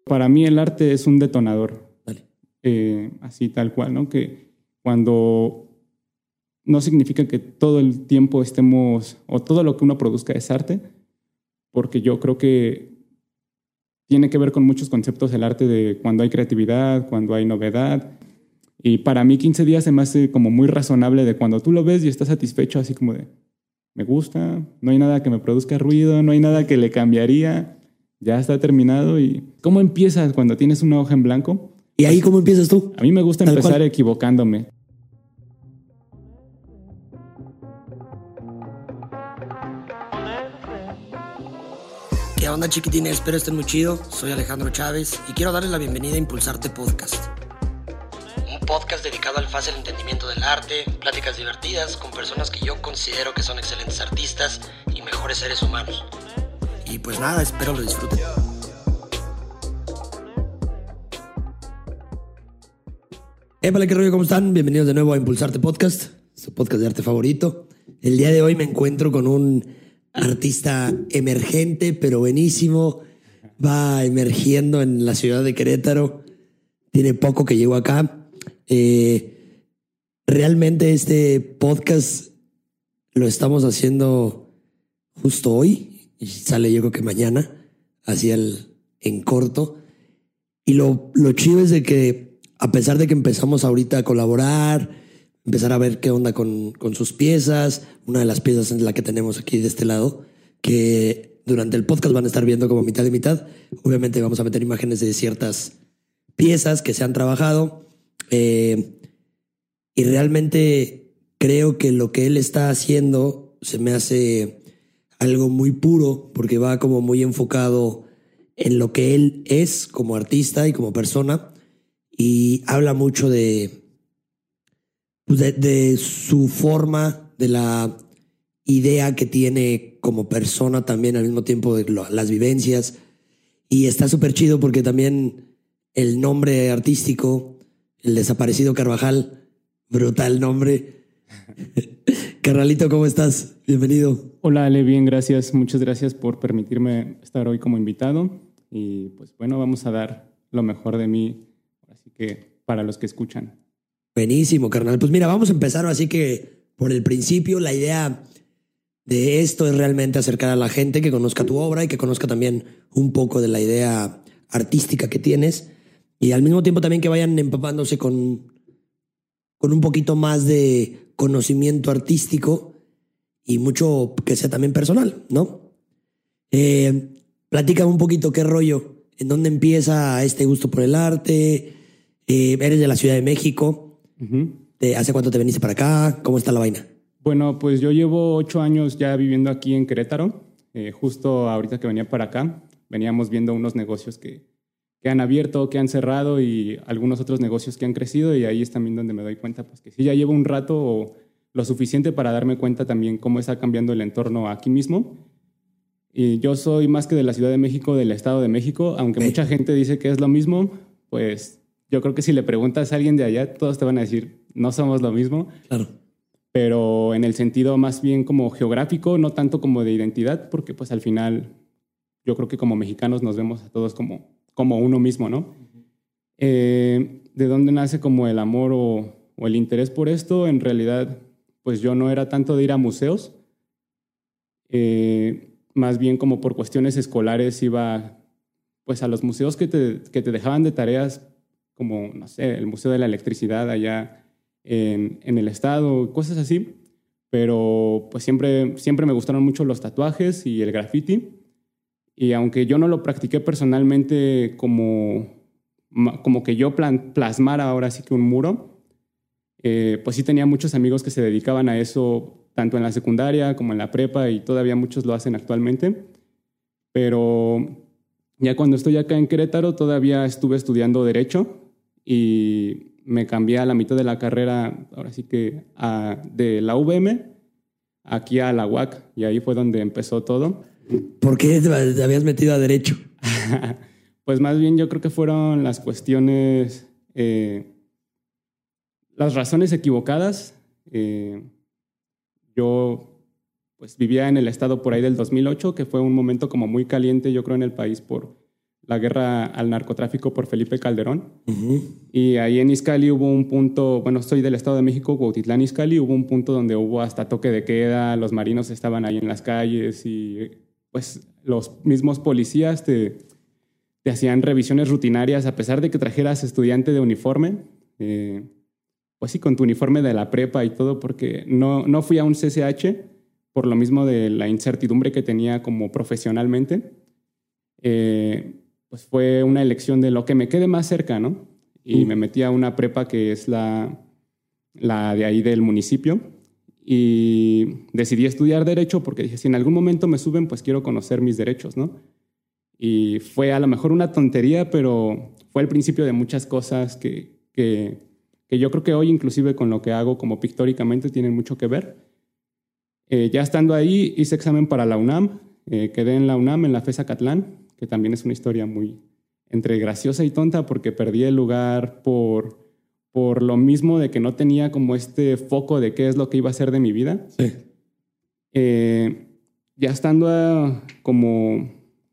Para mí el arte es un detonador, Vale. así tal cual, ¿no? Que cuando no significa que todo el tiempo estemos, o todo lo que uno produzca es arte, porque yo creo que tiene que ver con muchos conceptos el arte de cuando hay creatividad, cuando hay novedad. Y para mí 15 días se me hace como muy razonable de cuando tú lo ves y estás satisfecho, así como de, me gusta, no hay nada que me produzca ruido, no hay nada que le cambiaría, ya está terminado. ¿Y cómo empiezas cuando tienes una hoja en blanco? ¿Y ahí cómo empiezas tú? A mí me gusta Tal empezar cual. equivocándome. ¿Qué onda, chiquitines? Espero estén muy chido. Soy Alejandro Chávez y quiero darles la bienvenida a Impulsarte Podcast. Un podcast dedicado al fácil entendimiento del arte, pláticas divertidas con personas que yo considero que son excelentes artistas y mejores seres humanos. Y pues nada, espero lo disfruten. Épale, qué rollo, ¿cómo están? Bienvenidos de nuevo a Impulsarte Podcast, su podcast de arte favorito. El día de hoy me encuentro con un artista emergente, pero buenísimo. Va emergiendo en la ciudad de Querétaro. Tiene poco que llegó acá. Realmente este podcast lo estamos haciendo justo hoy. Y sale yo creo que mañana, en corto. Y lo chido es de que a pesar de que empezamos ahorita a colaborar, empezar a ver qué onda con sus piezas, una de las piezas es la que tenemos aquí de este lado, que durante el podcast van a estar viendo como mitad y mitad. Obviamente vamos a meter imágenes de ciertas piezas que se han trabajado. Y realmente creo que lo que él está haciendo se me hace algo muy puro, porque va como muy enfocado en lo que él es como artista y como persona, y habla mucho de su forma, de la idea que tiene como persona también, al mismo tiempo de las vivencias. Y está súper chido porque también el nombre artístico, el Desaparecido Carvajal, brutal nombre. Carnalito, ¿cómo estás? Bienvenido. Hola Ale, bien, gracias. Muchas gracias por permitirme estar hoy como invitado. Y pues bueno, vamos a dar lo mejor de mí, así que para los que escuchan. Buenísimo, carnal. Pues mira, vamos a empezar así que por el principio. La idea de esto es realmente acercar a la gente que conozca tu obra y que conozca también un poco de la idea artística que tienes, y al mismo tiempo también que vayan empapándose con un poquito más de conocimiento artístico y mucho que sea también personal, ¿no? Platícame un poquito qué rollo, en dónde empieza este gusto por el arte. Eres de la Ciudad de México. Uh-huh. ¿Hace cuánto te viniste para acá? ¿Cómo está la vaina? Bueno, pues yo llevo 8 años ya viviendo aquí en Querétaro. Justo ahorita que venía para acá, veníamos viendo unos negocios que han abierto, que han cerrado y algunos otros negocios que han crecido, y ahí es también donde me doy cuenta pues que sí, ya llevo un rato o lo suficiente para darme cuenta también cómo está cambiando el entorno aquí mismo. Y yo soy más que de la Ciudad de México, del Estado de México, aunque mucha gente dice que es lo mismo, pues yo creo que si le preguntas a alguien de allá, todos te van a decir, no somos lo mismo. Claro. Pero en el sentido más bien como geográfico, no tanto como de identidad, porque pues al final yo creo que como mexicanos nos vemos a todos como uno mismo, ¿no? Uh-huh. ¿De dónde nace como el amor o el interés por esto? En realidad, pues yo no era tanto de ir a museos, más bien como por cuestiones escolares iba pues a los museos que te dejaban de tareas, como, no sé, el Museo de la Electricidad allá en el estado, cosas así. Pero pues siempre me gustaron mucho los tatuajes y el graffiti. Y aunque yo no lo practiqué personalmente como que yo plasmara ahora sí que un muro, pues sí tenía muchos amigos que se dedicaban a eso, tanto en la secundaria como en la prepa, y todavía muchos lo hacen actualmente. Pero ya cuando estoy acá en Querétaro todavía estuve estudiando Derecho y me cambié a la mitad de la carrera, ahora sí que de la UVM aquí a la UAC, y ahí fue donde empezó todo. ¿Por qué te habías metido a Derecho? Pues más bien yo creo que fueron las cuestiones, las razones equivocadas. Yo pues vivía en el estado por ahí del 2008, que fue un momento como muy caliente, yo creo, en el país por la guerra al narcotráfico por Felipe Calderón. Ujú. Y ahí en Izcalli hubo un punto, bueno, soy del Estado de México, Cuautitlán, Izcalli, hubo un punto donde hubo hasta toque de queda, los marinos estaban ahí en las calles y pues los mismos policías te hacían revisiones rutinarias a pesar de que trajeras estudiante de uniforme. Pues sí, con tu uniforme de la prepa y todo, porque no fui a un CCH por lo mismo de la incertidumbre que tenía como profesionalmente. Pues fue una elección de lo que me quede más cerca, ¿no? Y me metí a una prepa que es la de ahí del municipio y decidí estudiar Derecho porque dije, si en algún momento me suben, pues quiero conocer mis derechos, ¿no? Y fue a lo mejor una tontería, pero fue el principio de muchas cosas que yo creo que hoy, inclusive con lo que hago como pictóricamente, tienen mucho que ver. Ya estando ahí, hice examen para la UNAM, quedé en la UNAM, en la FES Acatlán, que también es una historia muy entre graciosa y tonta porque perdí el lugar por lo mismo de que no tenía como este foco de qué es lo que iba a hacer de mi vida. Sí. Ya estando como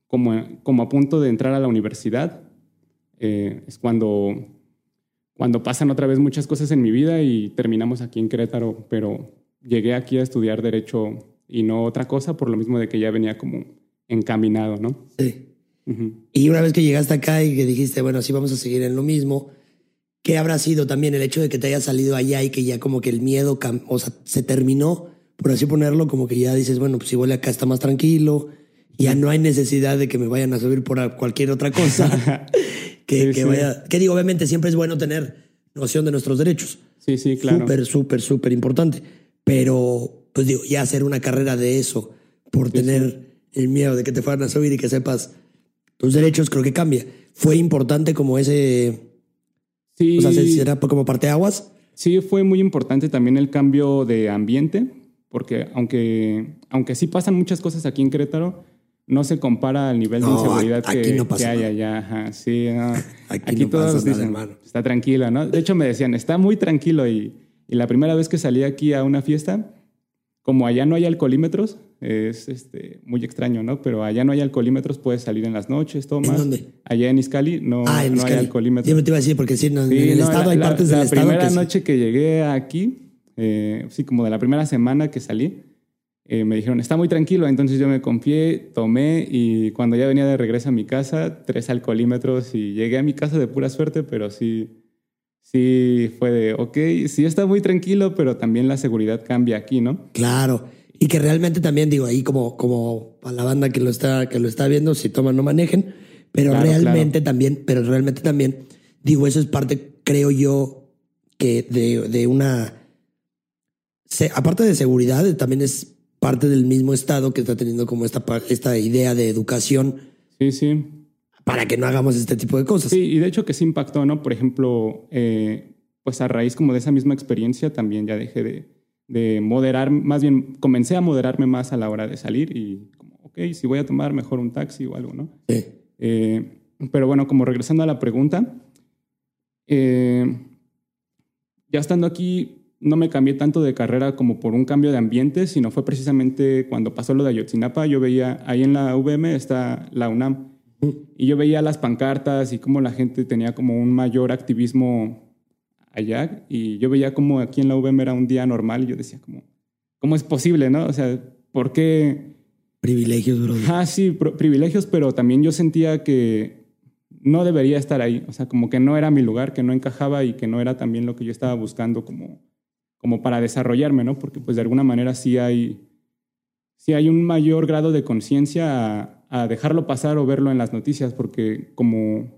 a punto de entrar a la universidad, es cuando pasan otra vez muchas cosas en mi vida y terminamos aquí en Querétaro, pero llegué aquí a estudiar Derecho y no otra cosa por lo mismo de que ya venía como encaminado, ¿no? Sí. Uh-huh. Y una vez que llegaste acá y que dijiste, bueno, sí vamos a seguir en lo mismo, ¿qué habrá sido también el hecho de que te hayas salido allá y que ya como que el miedo, o sea, se terminó, por así ponerlo, como que ya dices, bueno, pues igual acá está más tranquilo, ya no hay necesidad de que me vayan a subir por cualquier otra cosa, que vaya, que digo, obviamente siempre es bueno tener noción de nuestros derechos. Sí, sí, claro. Súper importante. Pero, pues digo, ya hacer una carrera de eso por tener el miedo de que te fueran a subir y que sepas tus derechos, creo que cambia. Fue importante como ese... Sí. O sea, ¿será como parteaguas? Sí, fue muy importante también el cambio de ambiente, porque aunque sí pasan muchas cosas aquí en Querétaro, no se compara al nivel de inseguridad que hay allá. Ajá, sí, no. Aquí no todos pasa nada, dicen, hermano. está tranquilo, ¿no? De hecho, me decían, está muy tranquilo. Y la primera vez que salí aquí a una fiesta, como allá no hay alcoholímetros, es muy extraño, ¿no? Pero allá no hay alcoholímetros, puedes salir en las noches, todo más. ¿En dónde? Allá en Izcalli no hay alcoholímetros. Yo me te iba a decir, porque sí, en el estado hay partes del estado La primera que noche que llegué aquí, sí, como de la primera semana que salí, me dijeron, está muy tranquilo. Entonces yo me confié, tomé y cuando ya venía de regreso a mi casa, 3 alcoholímetros y llegué a mi casa de pura suerte, pero sí fue de, ok, sí está muy tranquilo, pero también la seguridad cambia aquí, ¿no? Claro. Y que realmente también, digo, ahí como a la banda que lo está viendo, si toman no manejen, pero Claro, realmente también, digo, eso es parte, creo yo, que de una... aparte de seguridad, también es parte del mismo estado que está teniendo como esta idea de educación. Sí, sí. Para que no hagamos este tipo de cosas. Sí, y de hecho que sí impactó, ¿no? Por ejemplo, pues a raíz como de esa misma experiencia también ya dejé de moderar, más bien comencé a moderarme más a la hora de salir y como, ok, si voy a tomar mejor un taxi o algo, ¿no? Sí. Pero bueno, como regresando a la pregunta, ya estando aquí no me cambié tanto de carrera como por un cambio de ambiente, sino fue precisamente cuando pasó lo de Ayotzinapa, yo veía, ahí en la UVM está la UNAM, y yo veía las pancartas y cómo la gente tenía como un mayor activismo allá, y yo veía como aquí en la UVM era un día normal, y yo decía como, ¿cómo es posible, no? O sea, ¿por qué? Privilegios, bro. Ah, sí, privilegios, pero también yo sentía que no debería estar ahí, o sea, como que no era mi lugar, que no encajaba y que no era también lo que yo estaba buscando como para desarrollarme, ¿no? Porque pues de alguna manera sí hay un mayor grado de conciencia a dejarlo pasar o verlo en las noticias, porque como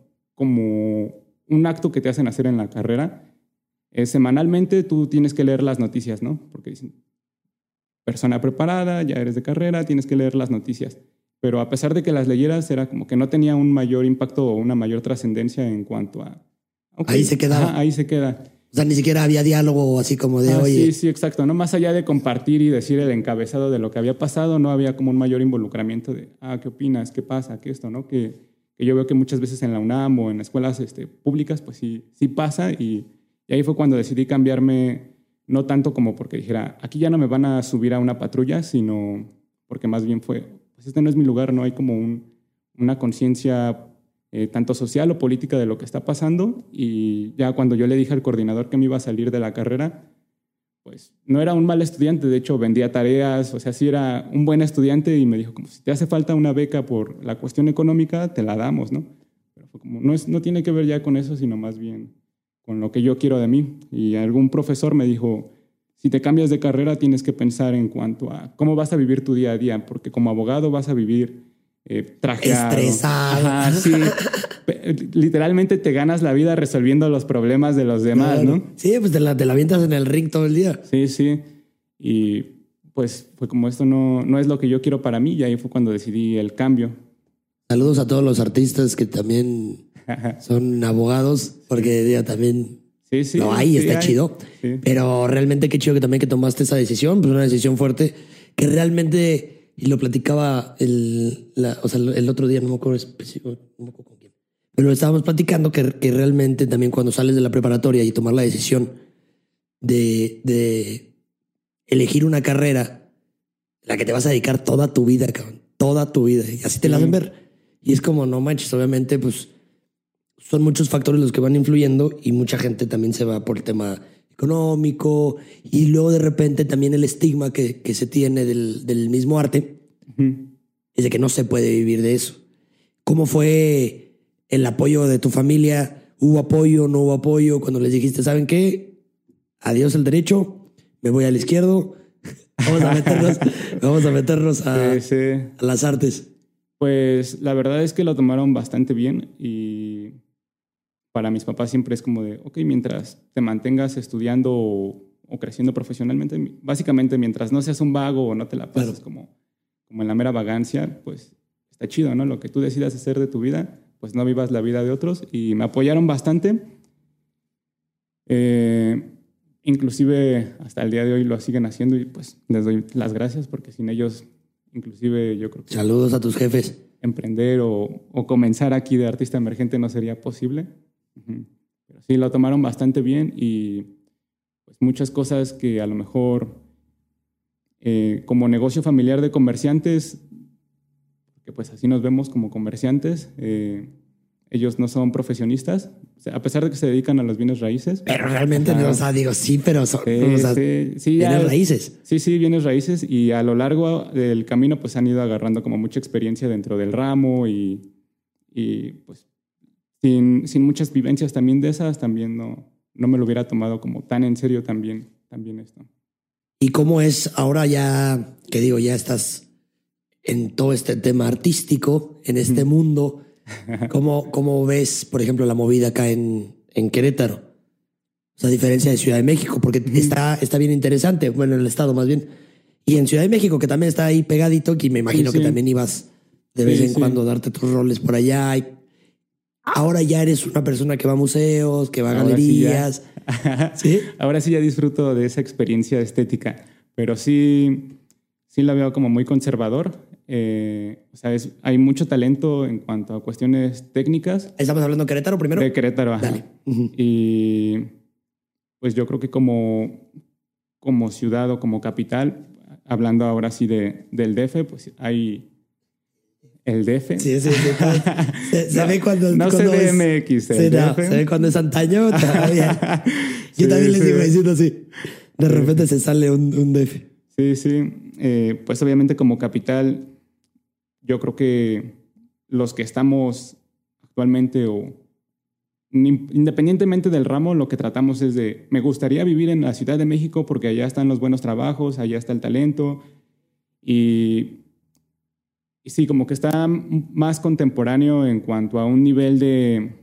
un acto que te hacen hacer en la carrera, semanalmente tú tienes que leer las noticias, ¿no? Porque dicen, persona preparada, ya eres de carrera, tienes que leer las noticias. Pero a pesar de que las leyeras, era como que no tenía un mayor impacto o una mayor trascendencia en cuanto a... Okay, ahí se quedaba. Ahí se queda. O sea, ni siquiera había diálogo así como de, oye... Sí, sí, exacto. No más allá de compartir y decir el encabezado de lo que había pasado, no había como un mayor involucramiento de, ¿qué opinas? ¿Qué pasa? ¿Qué esto? ¿No? Que yo veo que muchas veces en la UNAM o en escuelas públicas, pues sí pasa. Y ahí fue cuando decidí cambiarme, no tanto como porque dijera, aquí ya no me van a subir a una patrulla, sino porque más bien fue, pues este no es mi lugar, no hay como una conciencia tanto social o política de lo que está pasando. Y ya cuando yo le dije al coordinador que me iba a salir de la carrera, pues no era un mal estudiante, de hecho vendía tareas, o sea, sí era un buen estudiante y me dijo como si te hace falta una beca por la cuestión económica, te la damos, ¿no? Pero fue como, no tiene que ver ya con eso, sino más bien con lo que yo quiero de mí. Y algún profesor me dijo, si te cambias de carrera tienes que pensar en cuanto a cómo vas a vivir tu día a día, porque como abogado vas a vivir trajeado. Estresado. Ajá, sí. Literalmente te ganas la vida resolviendo los problemas de los demás, Claro. ¿no? Sí, pues te la avientas en el ring todo el día. Sí, sí. Y pues fue como esto no es lo que yo quiero para mí y ahí fue cuando decidí el cambio. Saludos a todos los artistas que también son abogados, porque digo, también Sí, lo hay, sí, está chido. Sí. Pero realmente qué chido que también que tomaste esa decisión, pues una decisión fuerte que realmente, y lo platicaba el otro día, no me acuerdo específico, no me acuerdo con quién, pero lo estábamos platicando que realmente también cuando sales de la preparatoria y tomar la decisión de elegir una carrera a la que te vas a dedicar toda tu vida, cabrón, toda tu vida, y así te la hacen ver. Y es como, no manches, obviamente, pues son muchos factores los que van influyendo y mucha gente también se va por el tema económico y luego de repente también el estigma que se tiene del mismo arte es de que no se puede vivir de eso. ¿Cómo fue el apoyo de tu familia? ¿Hubo apoyo, no hubo apoyo? Cuando les dijiste, ¿saben qué? Adiós el derecho, me voy al izquierdo, vamos a meternos a las artes. Pues la verdad es que lo tomaron bastante bien y para mis papás siempre es como de, ok, mientras te mantengas estudiando o creciendo profesionalmente, básicamente mientras no seas un vago o no te la pases como en la mera vagancia, pues está chido, ¿no? Lo que tú decidas hacer de tu vida, pues no vivas la vida de otros y me apoyaron bastante. Inclusive hasta el día de hoy lo siguen haciendo y pues les doy las gracias porque sin ellos, inclusive yo creo que... Saludos a tus jefes. Emprender o comenzar aquí de artista emergente no sería posible. Pero sí, lo tomaron bastante bien y pues muchas cosas que a lo mejor como negocio familiar de comerciantes, que pues así nos vemos como comerciantes, ellos no son profesionistas, o sea, a pesar de que se dedican a los bienes raíces. Pero realmente no, o sea, digo, sí, pero son bienes raíces. Sí, bienes raíces y a lo largo del camino pues han ido agarrando como mucha experiencia dentro del ramo y pues sin muchas vivencias también de esas, también no me lo hubiera tomado como tan en serio también esto. ¿Y cómo es ahora ya, que digo, ya estás en todo este tema artístico, en este mundo? ¿Cómo ves, por ejemplo, la movida acá en Querétaro? O sea, a diferencia de Ciudad de México, porque está bien interesante, bueno, en el estado más bien. Y en Ciudad de México, que también está ahí pegadito, que me imagino que también ibas de vez en cuando a darte tus roles por allá. Y ahora ya eres una persona que va a museos, que va a galerías. ¿Sí? Ahora sí ya disfruto de esa experiencia estética, pero sí la veo como muy conservador. O sea, hay mucho talento en cuanto a cuestiones técnicas. ¿Estamos hablando de Querétaro primero? De Querétaro, ajá. Dale. Y pues yo creo que como ciudad o como capital, hablando ahora sí del DF, pues hay el DF. Sí. Se ve cuando... No CDMX, el DF. Se ve cuando es antaño todavía. Yo también les digo diciendo así. De repente se sale un DF. Sí. Pues obviamente como capital, yo creo que los que estamos actualmente o independientemente del ramo, lo que tratamos es de, me gustaría vivir en la Ciudad de México porque allá están los buenos trabajos, allá está el talento y sí, como que está más contemporáneo en cuanto a un nivel de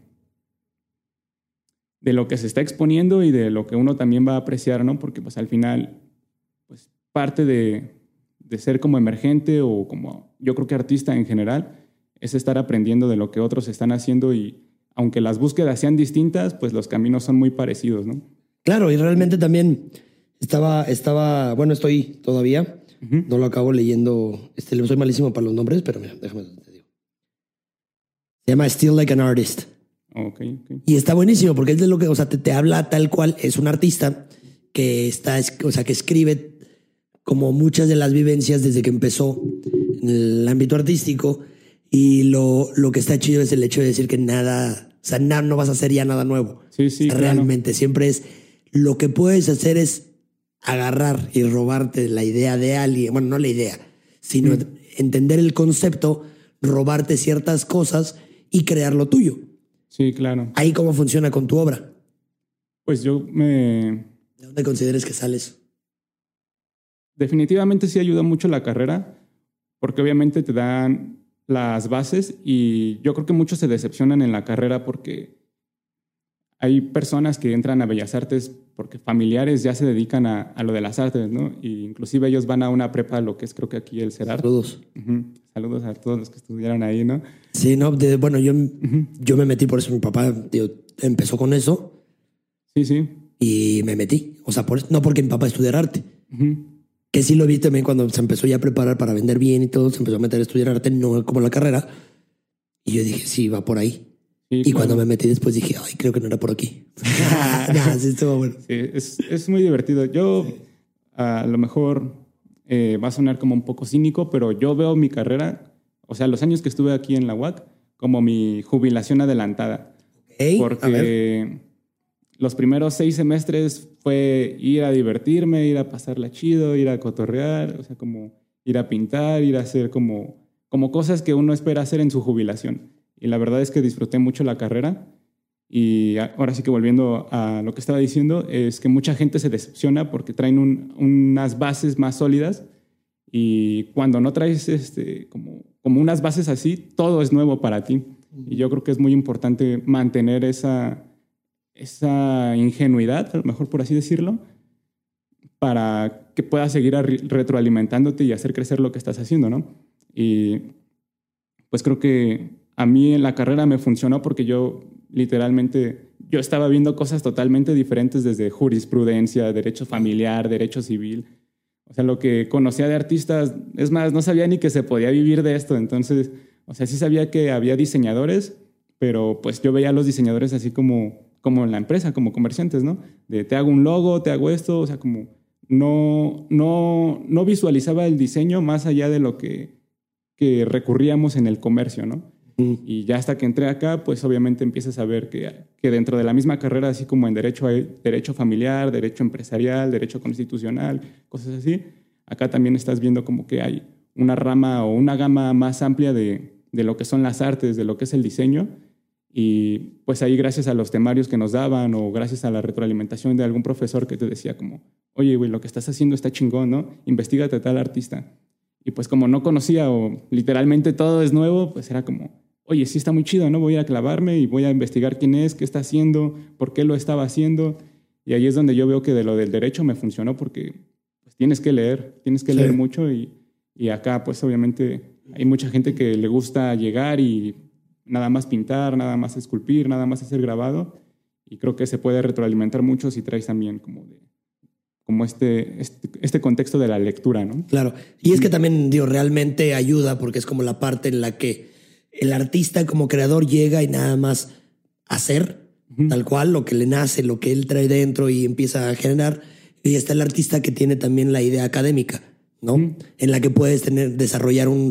lo que se está exponiendo y de lo que uno también va a apreciar, ¿no? Porque pues al final, pues parte de ser como emergente o como yo creo que artista en general es estar aprendiendo de lo que otros están haciendo y aunque las búsquedas sean distintas, pues los caminos son muy parecidos, ¿no? Claro, y realmente también estaba bueno, estoy todavía, no lo acabo leyendo, soy malísimo para los nombres, pero mira, déjame te digo. Se llama Still Like an Artist. Okay. Y está buenísimo porque es de lo que, o sea, te habla tal cual, es un artista que que escribe como muchas de las vivencias desde que empezó en el ámbito artístico Y lo que está chido es el hecho de decir que nada, o sea, no vas a hacer ya nada nuevo. Sí, O sea, claro. realmente siempre es, lo que puedes hacer es agarrar y robarte la idea de alguien, bueno, no la idea, sino entender el concepto, robarte ciertas cosas y crear lo tuyo. Sí, claro. Ahí cómo funciona con tu obra. Pues ¿De dónde consideres que sales? definitivamente sí ayuda mucho la carrera, porque obviamente te dan las bases y yo creo que muchos se decepcionan en la carrera porque hay personas que entran a Bellas Artes porque familiares ya se dedican a lo de las artes, ¿no? Y inclusive ellos van a una prepa, lo que es creo que aquí el CERAR. Saludos. Saludos a todos los que estudiaron ahí, ¿no? Sí, no, bueno, yo me metí por eso, mi papá empezó con eso. Sí. Y me metí. O sea, no porque mi papá estudiara arte. Que sí lo vi también cuando se empezó ya a preparar para vender bien y todo, se empezó a meter a estudiar arte, no como la carrera. Y yo dije, sí, va por ahí. Sí, y claro. cuando me metí después dije, ay, creo que no era por aquí. Nah, sí, estuvo bueno. Sí, es muy divertido. Yo, a lo mejor va a sonar como un poco cínico, pero yo veo mi carrera, o sea, los años que estuve aquí en la UAC, como mi jubilación adelantada. Okay, porque los primeros 6 semestres fue ir a divertirme, ir a pasarla chido, ir a cotorrear, o sea, como ir a pintar, ir a hacer como cosas que uno espera hacer en su jubilación. Y la verdad es que disfruté mucho la carrera. Y ahora sí que volviendo a lo que estaba diciendo, es que mucha gente se decepciona porque traen unas bases más sólidas y cuando no traes como unas bases así, todo es nuevo para ti. Y yo creo que es muy importante mantener esa ingenuidad, a lo mejor por así decirlo, para que puedas seguir retroalimentándote y hacer crecer lo que estás haciendo, ¿no? Y pues creo que a mí en la carrera me funcionó porque yo estaba viendo cosas totalmente diferentes desde jurisprudencia, derecho familiar, derecho civil. O sea, lo que conocía de artistas, es más, no sabía ni que se podía vivir de esto. Entonces, o sea, sí sabía que había diseñadores, pero pues yo veía a los diseñadores así como en la empresa, como comerciantes, ¿no? De te hago un logo, te hago esto, o sea, como no visualizaba el diseño más allá de lo que recurríamos en el comercio, ¿no? Y ya hasta que entré acá, pues obviamente empiezas a ver que dentro de la misma carrera, así como en derecho hay derecho familiar, derecho empresarial, derecho constitucional, cosas así, acá también estás viendo como que hay una rama o una gama más amplia de lo que son las artes, de lo que es el diseño. Y pues ahí gracias a los temarios que nos daban o gracias a la retroalimentación de algún profesor que te decía como, oye, güey, lo que estás haciendo está chingón, ¿no? Investígate a tal artista. Y pues como no conocía o literalmente todo es nuevo, pues era como, oye, sí está muy chido, ¿no? Voy a clavarme y voy a investigar quién es, qué está haciendo, por qué lo estaba haciendo. Y ahí es donde yo veo que de lo del derecho me funcionó porque pues, tienes que leer mucho y acá pues obviamente hay mucha gente que le gusta llegar y nada más pintar, nada más esculpir, nada más hacer grabado. Y creo que se puede retroalimentar mucho si traes también como este contexto de la lectura, ¿no? Claro. Y es que también, digo, realmente ayuda porque es como la parte en la que el artista como creador llega y nada más hacer tal cual lo que le nace, lo que él trae dentro y empieza a generar. Y está el artista que tiene también la idea académica, ¿no? En la que puedes desarrollar un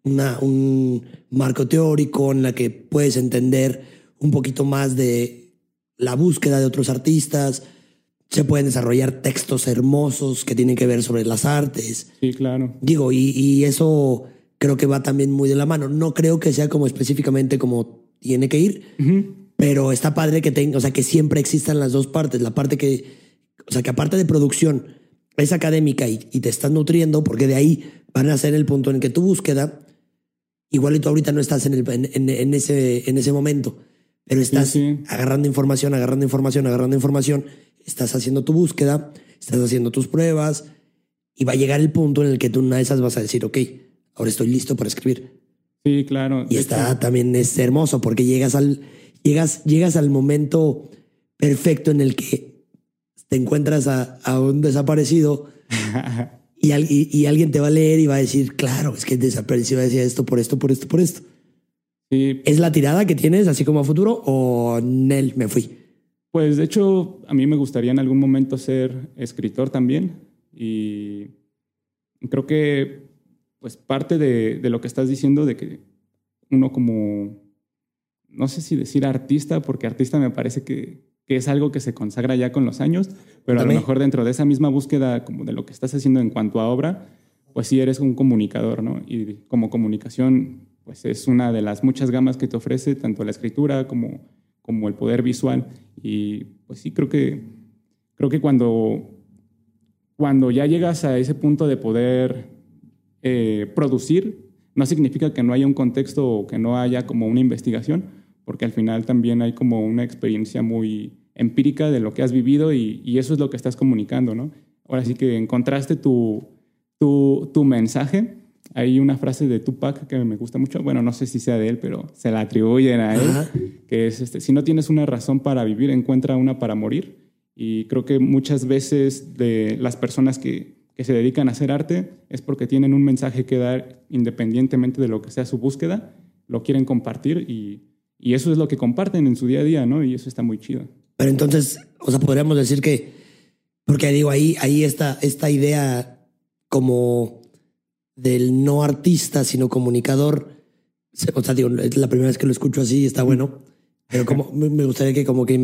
marco teórico, en la que puedes entender un poquito más de la búsqueda de otros artistas. Se pueden desarrollar textos hermosos que tienen que ver sobre las artes. Sí, claro. Digo, y eso creo que va también muy de la mano. No creo que sea como específicamente como tiene que ir, pero está padre que tenga, o sea, que siempre existan las dos partes. La parte que, o sea, que aparte de producción es académica y te estás nutriendo, porque de ahí van a ser el punto en el que tu búsqueda, igual y tú ahorita no estás en ese momento, pero estás agarrando información, estás haciendo tu búsqueda, estás haciendo tus pruebas y va a llegar el punto en el que tú una de esas vas a decir, ok, ahora estoy listo para escribir. Sí, claro. Y también es hermoso porque llegas al momento perfecto en el que te encuentras a un desaparecido y alguien te va a leer y va a decir, claro, es que el desaparecido decía esto, por esto. Sí. ¿Es la tirada que tienes así como a futuro o Nel, me fui? Pues de hecho, a mí me gustaría en algún momento ser escritor también y creo que pues parte de lo que estás diciendo de que uno como, no sé si decir artista, porque artista me parece que es algo que se consagra ya con los años, pero a lo mejor dentro de esa misma búsqueda como de lo que estás haciendo en cuanto a obra, pues sí eres un comunicador, ¿no? Y como comunicación, pues es una de las muchas gamas que te ofrece tanto la escritura como el poder visual. Y pues sí, creo que cuando ya llegas a ese punto de poder producir, no significa que no haya un contexto o que no haya como una investigación, porque al final también hay como una experiencia muy empírica de lo que has vivido y eso es lo que estás comunicando, ¿no? Ahora sí que encontraste tu mensaje. Hay una frase de Tupac que me gusta mucho, bueno, no sé si sea de él, pero se la atribuyen a él, que es si no tienes una razón para vivir, encuentra una para morir. Y creo que muchas veces de las personas que se dedican a hacer arte es porque tienen un mensaje que dar independientemente de lo que sea su búsqueda, lo quieren compartir y eso es lo que comparten en su día a día, ¿no? Y eso está muy chido. Pero entonces, o sea, podríamos decir que, porque digo, ahí esta idea como del no artista, sino comunicador, o sea, digo, es la primera vez que lo escucho así, está bueno, pero como me gustaría que como que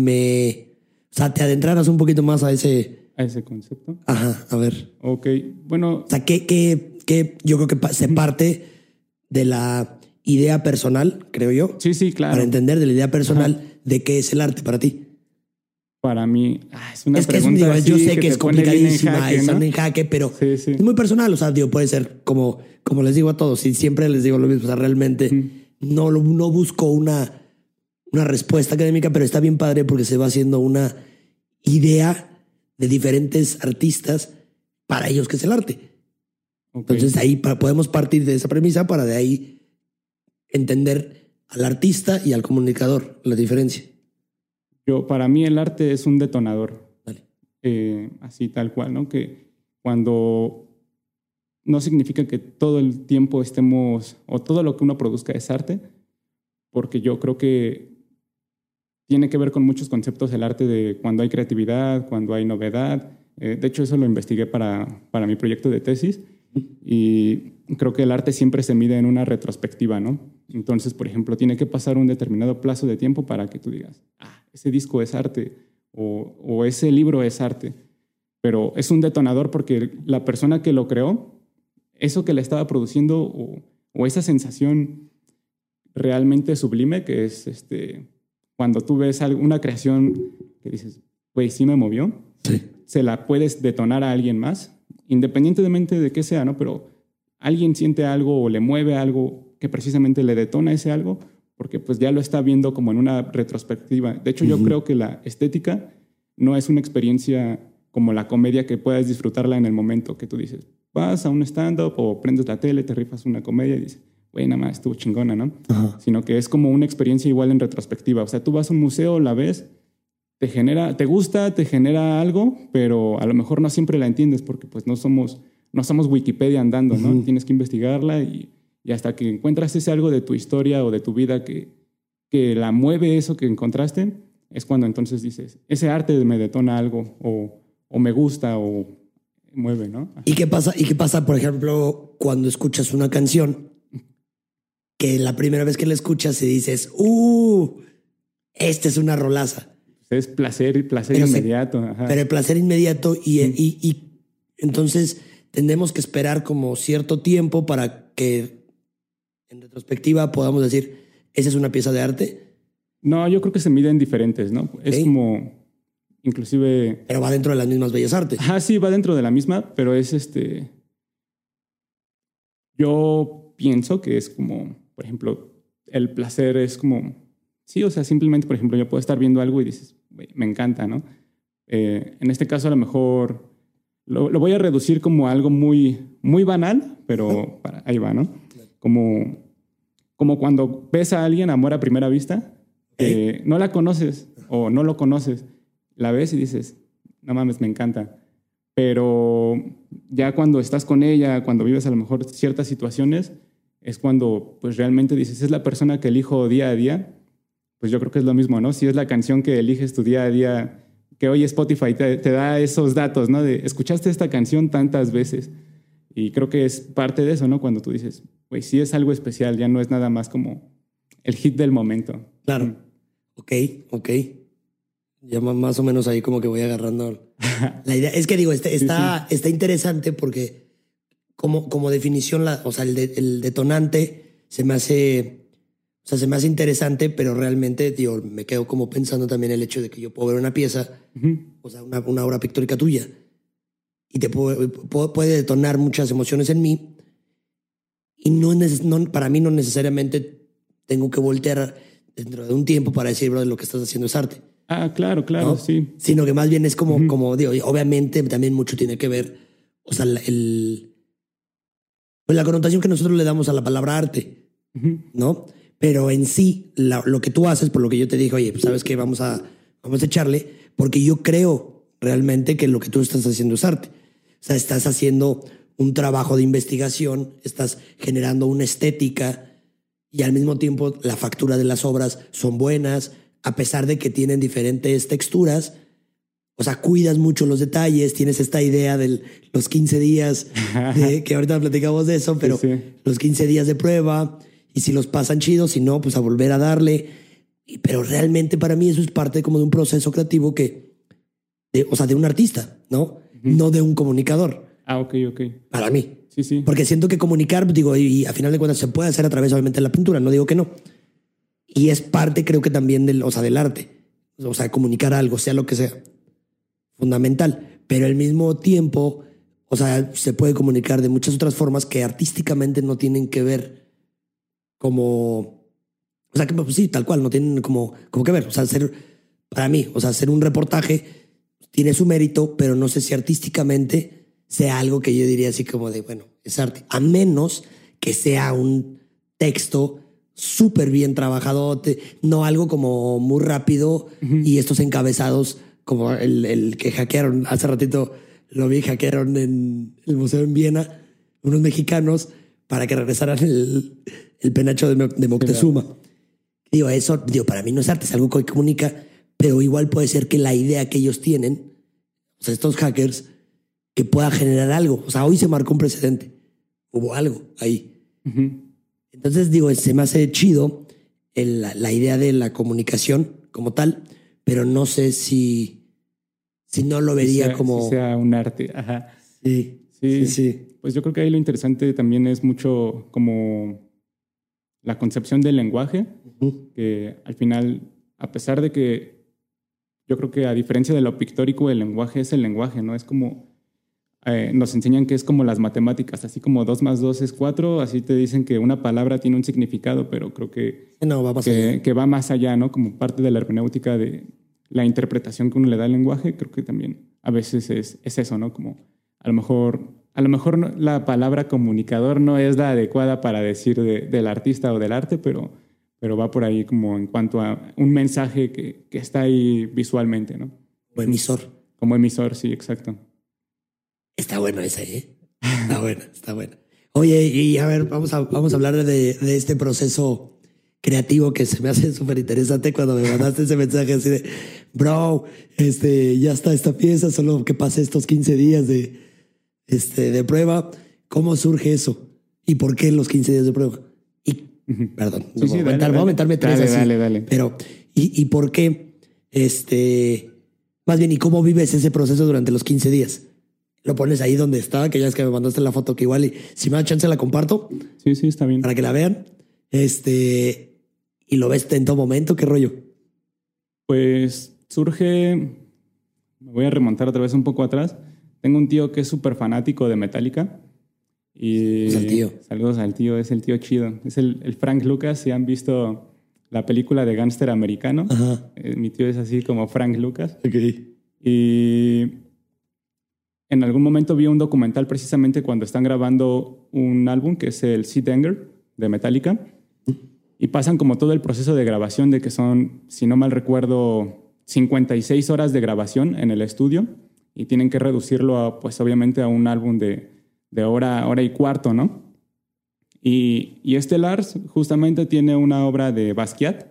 o sea, te adentraras un poquito más a ese concepto. Ajá, a ver. Ok, bueno. O sea, que yo creo que se parte de la idea personal, creo yo. Sí, claro. Para entender de la idea personal de qué es el arte para ti. Para mí, es una pregunta que yo sé que es complicadísima, ¿no? Están en jaque, pero es muy personal. O sea, digo, puede ser como les digo a todos, y siempre les digo lo mismo. O sea, realmente no busco una respuesta académica, pero está bien padre porque se va haciendo una idea de diferentes artistas para ellos que es el arte. Okay. Entonces ahí podemos partir de esa premisa para de ahí entender al artista y al comunicador, la diferencia. Para mí el arte es un detonador. Vale. Así tal cual, ¿no? Que cuando no significa que todo el tiempo estemos, o todo lo que uno produzca es arte, porque yo creo que tiene que ver con muchos conceptos el arte de cuando hay creatividad, cuando hay novedad. De hecho, eso lo investigué para mi proyecto de tesis y creo que el arte siempre se mide en una retrospectiva, ¿no? Entonces, por ejemplo, tiene que pasar un determinado plazo de tiempo para que tú digas, ese disco es arte o ese libro es arte. Pero es un detonador porque la persona que lo creó, eso que le estaba produciendo o esa sensación realmente sublime que es cuando tú ves una creación que dices, güey, sí me movió, sí. Se la puedes detonar a alguien más, independientemente de qué sea, ¿no? Pero alguien siente algo o le mueve algo que precisamente le detona ese algo, porque pues ya lo está viendo como en una retrospectiva. De hecho, yo creo que la estética no es una experiencia como la comedia que puedas disfrutarla en el momento que tú dices, vas a un stand-up o prendes la tele, te rifas una comedia y dices, güey, nada más estuvo chingona, ¿no? Ajá. Sino que es como una experiencia igual en retrospectiva. O sea, tú vas a un museo, la ves, te gusta, te genera algo, pero a lo mejor no siempre la entiendes porque pues no somos Wikipedia andando, ¿no? Tienes que investigarla y hasta que encuentras ese algo de tu historia o de tu vida que la mueve eso que encontraste, es cuando entonces dices, ese arte me detona algo o me gusta o mueve, ¿no? ¿Y qué pasa, por ejemplo, cuando escuchas una canción que la primera vez que la escuchas y dices, esta es una rolaza? Es placer inmediato. Ajá. Pero el placer inmediato y entonces tenemos que esperar como cierto tiempo para que en retrospectiva podamos decir, ¿esa es una pieza de arte? No, yo creo que se miden diferentes, ¿no? Okay. Es como, inclusive... Pero va dentro de las mismas bellas artes. Sí, va dentro de la misma, pero es Yo pienso que es como, por ejemplo, el placer es como... Sí, o sea, simplemente, por ejemplo, yo puedo estar viendo algo y dices, me encanta, ¿no? En este caso, a lo mejor lo voy a reducir como algo muy, muy banal, pero ahí va, ¿no? Como cuando ves a alguien, amor a primera vista, no la conoces o no lo conoces, la ves y dices, no mames, me encanta. Pero ya cuando estás con ella, cuando vives a lo mejor ciertas situaciones, es cuando pues realmente dices, es la persona que elijo día a día. Pues yo creo que es lo mismo, ¿no? Si es la canción que eliges tu día a día, que hoy Spotify te da esos datos, ¿no? De escuchaste esta canción tantas veces. Y creo que es parte de eso, ¿no? Cuando tú dices, pues sí es algo especial, ya no es nada más como el hit del momento. Claro. Ok. Ya más o menos ahí como que voy agarrando la idea. Es que digo, está interesante porque como definición, o sea, el detonante se me hace interesante, pero realmente, digo, me quedo como pensando también el hecho de que yo puedo ver una pieza, o sea, una obra pictórica tuya, y te puede detonar muchas emociones en mí, y para mí no necesariamente tengo que voltear dentro de un tiempo para decir, bro, lo que estás haciendo es arte. Ah, claro, ¿no? Sí. Sino que más bien es como digo, obviamente también mucho tiene que ver, o sea, pues la connotación que nosotros le damos a la palabra arte, ¿no? Pero en sí, lo que tú haces, por lo que yo te dije, oye, pues sabes que vamos a echarle, porque yo creo realmente que lo que tú estás haciendo es arte. O sea, estás haciendo un trabajo de investigación, estás generando una estética y al mismo tiempo la factura de las obras son buenas, a pesar de que tienen diferentes texturas. O sea, cuidas mucho los detalles, tienes esta idea de los 15 días, que ahorita platicamos de eso, pero los 15 días de prueba, y si los pasan chidos, si no, pues a volver a darle. Pero realmente para mí eso es parte como de un proceso creativo o sea, de un artista, ¿no? No de un comunicador. Ah, ok. Para mí. Sí. Porque siento que comunicar, digo, y a final de cuentas se puede hacer a través obviamente de la pintura, no digo que no. Y es parte, creo que también del arte. O sea, comunicar algo, sea lo que sea. Fundamental. Pero al mismo tiempo, o sea, se puede comunicar de muchas otras formas que artísticamente no tienen que ver como... O sea, que pues, sí, tal cual, no tienen como que ver. O sea, para mí, o sea, hacer un reportaje tiene su mérito, pero no sé si artísticamente sea algo que yo diría así como de, bueno, es arte. A menos que sea un texto súper bien trabajado, no algo como muy rápido y estos encabezados como el que hackearon, hace ratito lo vi, hackearon en el museo en Viena, unos mexicanos para que regresaran el penacho de Moctezuma. Claro. Eso, para mí no es arte, es algo que comunica, pero igual puede ser que la idea que ellos tienen, o sea, estos hackers, que pueda generar algo. O sea, hoy se marcó un precedente. Hubo algo ahí. Entonces, se me hace chido la idea de la comunicación como tal, pero no sé si no lo vería como... Si sea un arte, ajá. Sí. Pues yo creo que ahí lo interesante también es mucho como la concepción del lenguaje, que al final, a pesar de que yo creo que a diferencia de lo pictórico, el lenguaje es el lenguaje, ¿no? Es como... nos enseñan que es como las matemáticas, así como 2 más 2 es 4, así te dicen que una palabra tiene un significado, pero creo que va más allá, ¿no? Como parte de la hermenéutica de la interpretación que uno le da al lenguaje, creo que también a veces es eso, ¿no? Como a lo mejor la palabra comunicador no es la adecuada para decir del artista o del arte, pero va por ahí como en cuanto a un mensaje que está ahí visualmente, ¿no? Como emisor. Como emisor, sí, exacto. Está bueno esa, ¿eh? Está buena. Oye, y a ver, vamos a hablar de este proceso creativo que se me hace súper interesante cuando me mandaste ese mensaje así de, bro, ya está esta pieza, solo que pase estos 15 días de prueba. ¿Cómo surge eso? ¿Y por qué los 15 días de prueba? Perdón, voy a aumentarme 3 así. Dale. Pero, ¿y por qué? Más bien, ¿y cómo vives ese proceso durante los 15 días? Lo pones ahí donde está, que ya es que me mandaste la foto, que igual, y si me da chance la comparto. Sí, está bien. Para que la vean. Y lo ves en todo momento, ¿qué rollo? Pues surge, me voy a remontar otra vez un poco atrás. Tengo un tío que es súper fanático de Metallica. Y saludos al tío. Saludos al tío, es el tío chido. Es el Frank Lucas, si han visto la película de gángster americano. Ajá. Mi tío es así como Frank Lucas. Ok. Y en algún momento vi un documental precisamente cuando están grabando un álbum que es el Seed Anger de Metallica y pasan como todo el proceso de grabación de que son, si no mal recuerdo, 56 horas de grabación en el estudio y tienen que reducirlo pues obviamente a un álbum de hora y cuarto, ¿no? Y este Lars justamente tiene una obra de Basquiat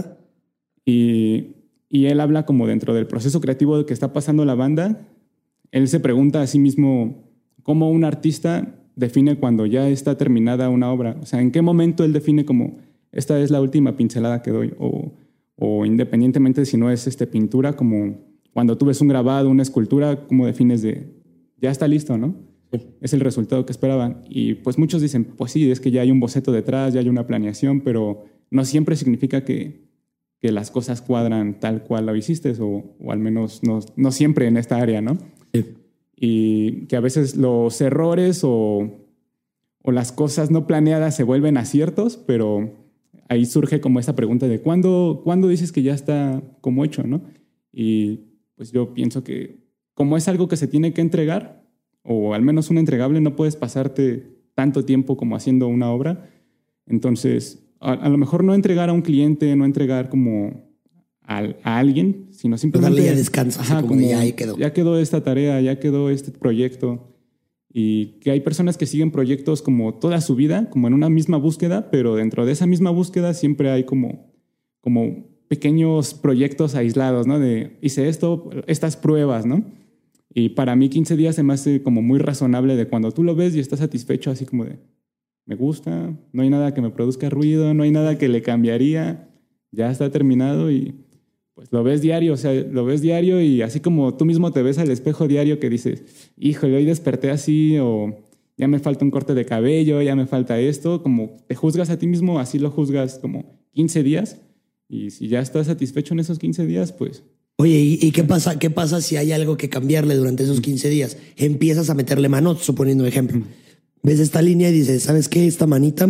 y él habla como dentro del proceso creativo que está pasando la banda. Él se pregunta a sí mismo cómo un artista define cuando ya está terminada una obra? O sea, ¿en qué momento él define como esta es la última pincelada que doy? O independientemente si no es pintura, como cuando tú ves un grabado, una escultura, ¿cómo defines de ya está listo, ¿no? Sí. Es el resultado que esperaban. Y pues muchos dicen, pues sí, es que ya hay un boceto detrás, ya hay una planeación, pero no siempre significa que las cosas cuadran tal cual lo hiciste, o al menos no siempre en esta área, ¿no? Sí. Y que a veces los errores o las cosas no planeadas se vuelven aciertos, pero ahí surge como esa pregunta de ¿cuándo dices que ya está como hecho, ¿no? Y pues yo pienso que como es algo que se tiene que entregar, o al menos un entregable, no puedes pasarte tanto tiempo como haciendo una obra. Entonces, a lo mejor no entregar a un cliente, no entregar como a alguien, sino simplemente... Darle ya descanso, ajá, como ya ahí quedó. Ya quedó esta tarea, ya quedó este proyecto. Y que hay personas que siguen proyectos como toda su vida, como en una misma búsqueda, pero dentro de esa misma búsqueda siempre hay como pequeños proyectos aislados, ¿no? De hice esto, estas pruebas, ¿no? Y para mí 15 días se me hace como muy razonable de cuando tú lo ves y estás satisfecho, así como de, me gusta, no hay nada que me produzca ruido, no hay nada que le cambiaría, ya está terminado y pues lo ves diario, o sea, lo ves diario y así como tú mismo te ves al espejo diario que dices, híjole, hoy desperté así o ya me falta un corte de cabello, ya me falta esto, como te juzgas a ti mismo, así lo juzgas como 15 días y si ya estás satisfecho en esos 15 días, pues... Oye, ¿y qué pasa? ¿Qué pasa si hay algo que cambiarle durante esos 15 días? Empiezas a meterle mano, suponiendo un ejemplo. Ves esta línea y dices, ¿sabes qué? Esta manita,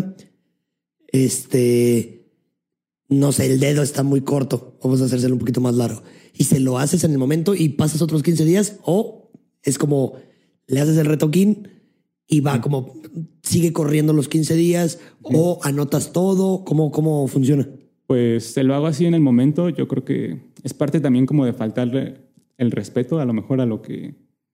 no sé, el dedo está muy corto. Vamos a hacérselo un poquito más largo. Y se lo haces en el momento y pasas otros 15 días, o es como le haces el retoquín y va como sigue corriendo los 15 días, o anotas todo. ¿Cómo funciona? Pues se lo hago así en el momento. Yo creo que es parte también como de faltarle el respeto a lo mejor a lo que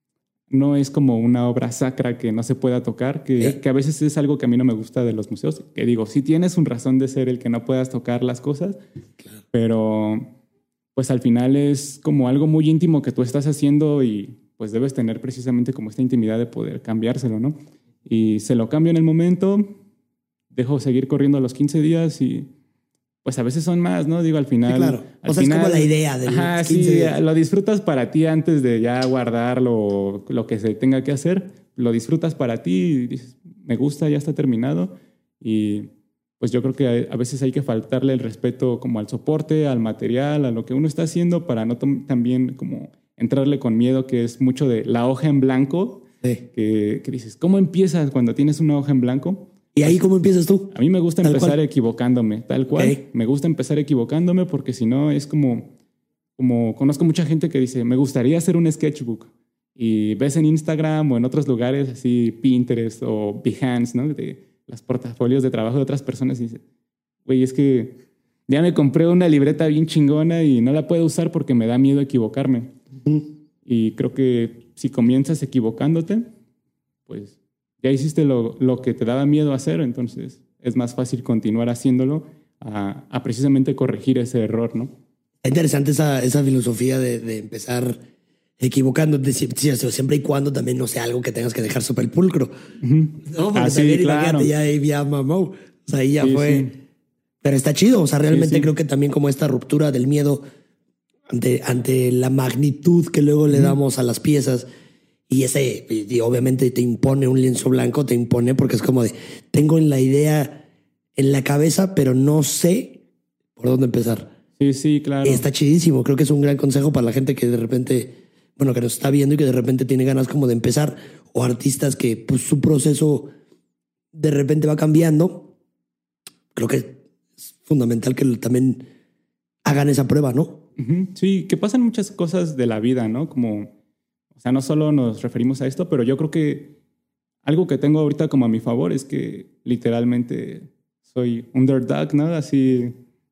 no es como una obra sacra que no se pueda tocar, que a veces es algo que a mí no me gusta de los museos. Que digo, sí tienes un razón de ser el que no puedas tocar las cosas, claro, pero pues al final es como algo muy íntimo que tú estás haciendo y pues debes tener precisamente como esta intimidad de poder cambiárselo, ¿no? Y se lo cambio en el momento, dejo seguir corriendo los 15 días y pues a veces son más, ¿no? Digo, al final... Sí, claro. O sea, es como la idea de los 15 días. Lo disfrutas para ti antes de ya guardar lo que se tenga que hacer. Lo disfrutas para ti y dices, me gusta, ya está terminado. Y pues yo creo que a veces hay que faltarle el respeto como al soporte, al material, a lo que uno está haciendo para no también como entrarle con miedo, que es mucho de la hoja en blanco. Sí. Que dices, ¿cómo empiezas cuando tienes una hoja en blanco? ¿Y ahí cómo empiezas tú? A mí me gusta empezar equivocándome, tal cual. Okay. Me gusta empezar equivocándome porque si no es como conozco mucha gente que dice, me gustaría hacer un sketchbook. Y ves en Instagram o en otros lugares, así Pinterest o Behance, ¿no? De los portafolios de trabajo de otras personas y dices, güey, es que ya me compré una libreta bien chingona y no la puedo usar porque me da miedo equivocarme. Y creo que si comienzas equivocándote, pues... ya hiciste lo que te daba miedo hacer, entonces es más fácil continuar haciéndolo a precisamente corregir ese error, ¿no? Es interesante esa filosofía de empezar equivocándote, siempre y cuando también no sea algo que tengas que dejar sobre el pulcro. No, porque también, claro, imagínate, ya mamó. O sea, ahí ya fue. Sí. Pero está chido, o sea, realmente creo que también como esta ruptura del miedo ante la magnitud que luego le damos a las piezas. Y obviamente te impone un lienzo blanco, te impone porque es como de, tengo la idea en la cabeza, pero no sé por dónde empezar. Sí, claro. Y está chidísimo. Creo que es un gran consejo para la gente que de repente, que nos está viendo y que de repente tiene ganas como de empezar, o artistas que pues su proceso de repente va cambiando. Creo que es fundamental que también hagan esa prueba, ¿no? Sí, que pasan muchas cosas de la vida, ¿no? Como... O sea, no solo nos referimos a esto, pero yo creo que algo que tengo ahorita como a mi favor es que literalmente soy underdog, ¿no? Así,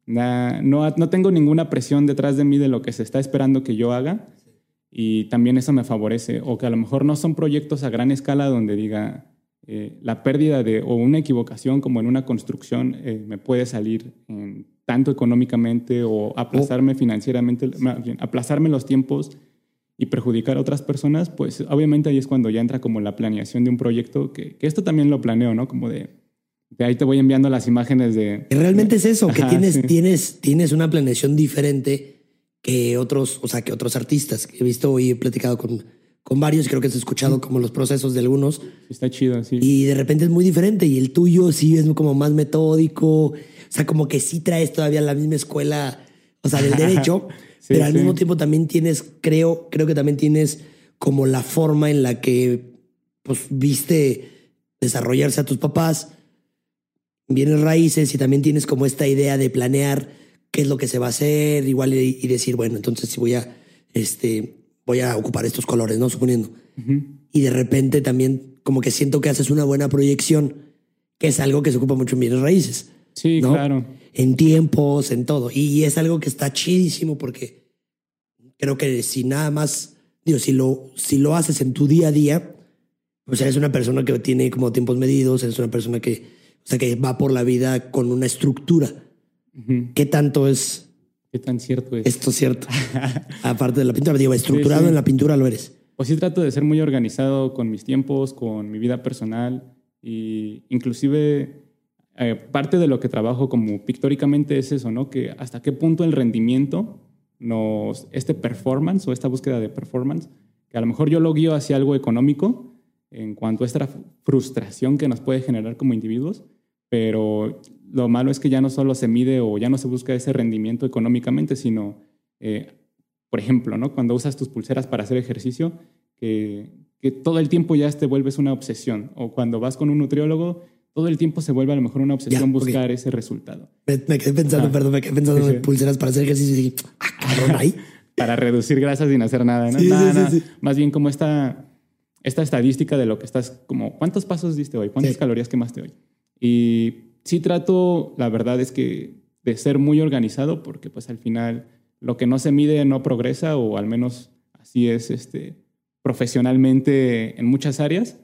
no tengo ninguna presión detrás de mí de lo que se está esperando que yo haga y también eso me favorece. O que a lo mejor no son proyectos a gran escala donde diga la pérdida o una equivocación como en una construcción me puede salir tanto económicamente o aplazarme financieramente, aplazarme los tiempos. y perjudicar a otras personas, pues obviamente ahí es cuando ya entra como la planeación de un proyecto, que esto también lo planeo, ¿no? Como de ahí te voy enviando las imágenes de... Y realmente es eso, que sí. tienes una planeación diferente que otros, o sea, que otros artistas. He visto y he platicado con varios, creo que has escuchado como los procesos de algunos. Está chido, sí. Y de repente es muy diferente y el tuyo sí es como más metódico, o sea, como que sí traes todavía la misma escuela, o sea, del derecho, Sí, pero al sí. mismo tiempo también tienes, creo que también tienes como la forma en la que pues viste desarrollarse a tus papás, bienes raíces y también tienes como esta idea de planear qué es lo que se va a hacer, igual y decir, bueno, entonces si voy a ocupar estos colores, ¿no? Suponiendo. Y de repente también como que siento que haces una buena proyección, que es algo que se ocupa mucho en bienes raíces. Sí, ¿no? claro. En tiempos, en todo. Y es algo que está chidísimo porque creo que si nada más, digo, si lo haces en tu día a día, pues eres una persona que tiene como tiempos medidos, eres una persona que, o sea, que va por la vida con una estructura. ¿Qué tanto es? ¿Qué tan cierto es? Esto es cierto. Aparte de la pintura, digo, estructurado Sí, sí. en la pintura lo eres. Pues sí trato de ser muy organizado con mis tiempos, con mi vida personal y inclusive parte de lo que trabajo como pictóricamente es eso, ¿no? Que hasta qué punto el rendimiento este performance o esta búsqueda de performance, que a lo mejor yo lo guío hacia algo económico en cuanto a esta frustración que nos puede generar como individuos, pero lo malo es que ya no solo se mide o ya no se busca ese rendimiento económicamente, sino, por ejemplo, ¿no? Cuando usas tus pulseras para hacer ejercicio, que todo el tiempo ya te vuelves una obsesión. O cuando vas con un nutriólogo, todo el tiempo se vuelve a lo mejor una obsesión buscar ese resultado. Me quedé pensando, en pulseras para hacer ejercicio y dije, cabrón, ahí. Para reducir grasas sin hacer nada, ¿no? Sí. Más bien como esta estadística de lo que estás, como, ¿cuántos pasos diste hoy? ¿Cuántas calorías quemaste hoy? Y sí trato, la verdad es que de ser muy organizado porque pues al final lo que no se mide no progresa, o al menos así es profesionalmente en muchas áreas.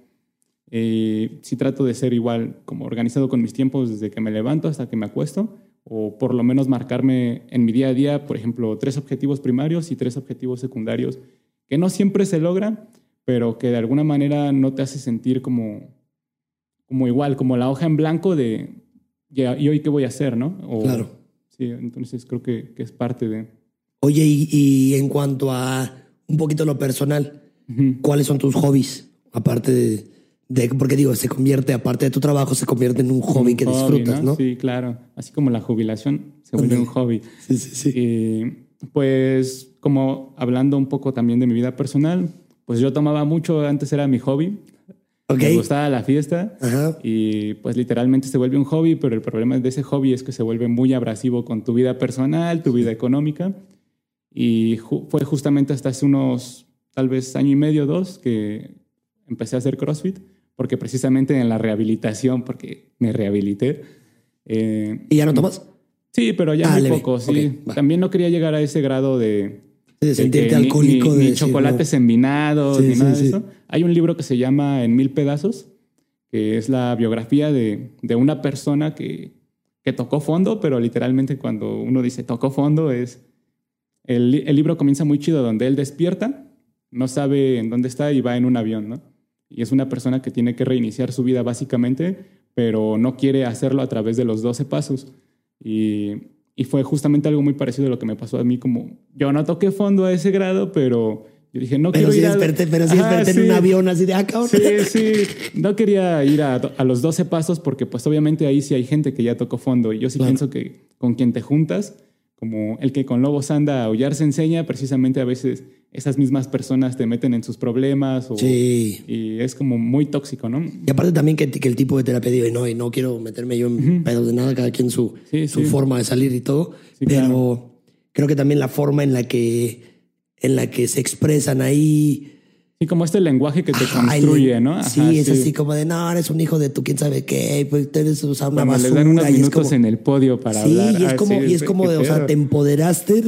Sí trato de ser igual como organizado con mis tiempos desde que me levanto hasta que me acuesto, o por lo menos marcarme en mi día a día, por ejemplo, 3 objetivos primarios y 3 objetivos secundarios, que no siempre se logran, pero que de alguna manera no te hace sentir como igual, como la hoja en blanco de ¿y hoy qué voy a hacer, no? Claro. Sí, entonces creo que es parte de... Oye, y en cuanto a un poquito lo personal, ¿cuáles son tus hobbies? Aparte de porque digo, aparte de tu trabajo, se convierte en un hobby que disfrutas, ¿no? Sí, claro. Así como la jubilación se vuelve un hobby. Sí. Y pues como hablando un poco también de mi vida personal, pues yo tomaba mucho, antes era mi hobby. Me gustaba la fiesta. Ajá. Y pues literalmente se vuelve un hobby, pero el problema de ese hobby es que se vuelve muy abrasivo con tu vida personal, tu vida económica. Y fue justamente hasta hace unos, tal vez 1 año y medio, 2, que empecé a hacer CrossFit, porque precisamente en la rehabilitación, porque me rehabilité. ¿Y ya no tomas? Sí, pero ya muy poco, sí. Okay, también no quería llegar a ese grado de sentirte alcohólico. Ni chocolates envinados, ni nada de eso. Hay un libro que se llama En 1000 pedazos, que es la biografía de una persona que tocó fondo, pero literalmente cuando uno dice tocó fondo es... El libro comienza muy chido, donde él despierta, no sabe en dónde está y va en un avión, ¿no? Y es una persona que tiene que reiniciar su vida básicamente, pero no quiere hacerlo a través de los 12 pasos. Y fue justamente algo muy parecido a lo que me pasó a mí, como yo no toqué fondo a ese grado, pero yo dije, no quiero ir desperté en un avión así de cabrón. Sí, no quería ir a los 12 pasos porque pues obviamente ahí sí hay gente que ya tocó fondo, y yo sí pienso que con quien te juntas, como el que con lobos anda, aullar se enseña, precisamente a veces esas mismas personas te meten en sus problemas y es como muy tóxico, ¿no? Y aparte también que el tipo de terapia digo, y no quiero meterme yo en pedos de nada, cada quien su forma de salir y todo, pero claro, creo que también la forma en la que se expresan ahí. Sí, como este lenguaje que te construye, ¿no? Ajá, es así como de, no, eres un hijo de tu quién sabe qué, pues eres una basura. Les dan unos minutos en el podio para hablar. Y es como de, o sea, te empoderaste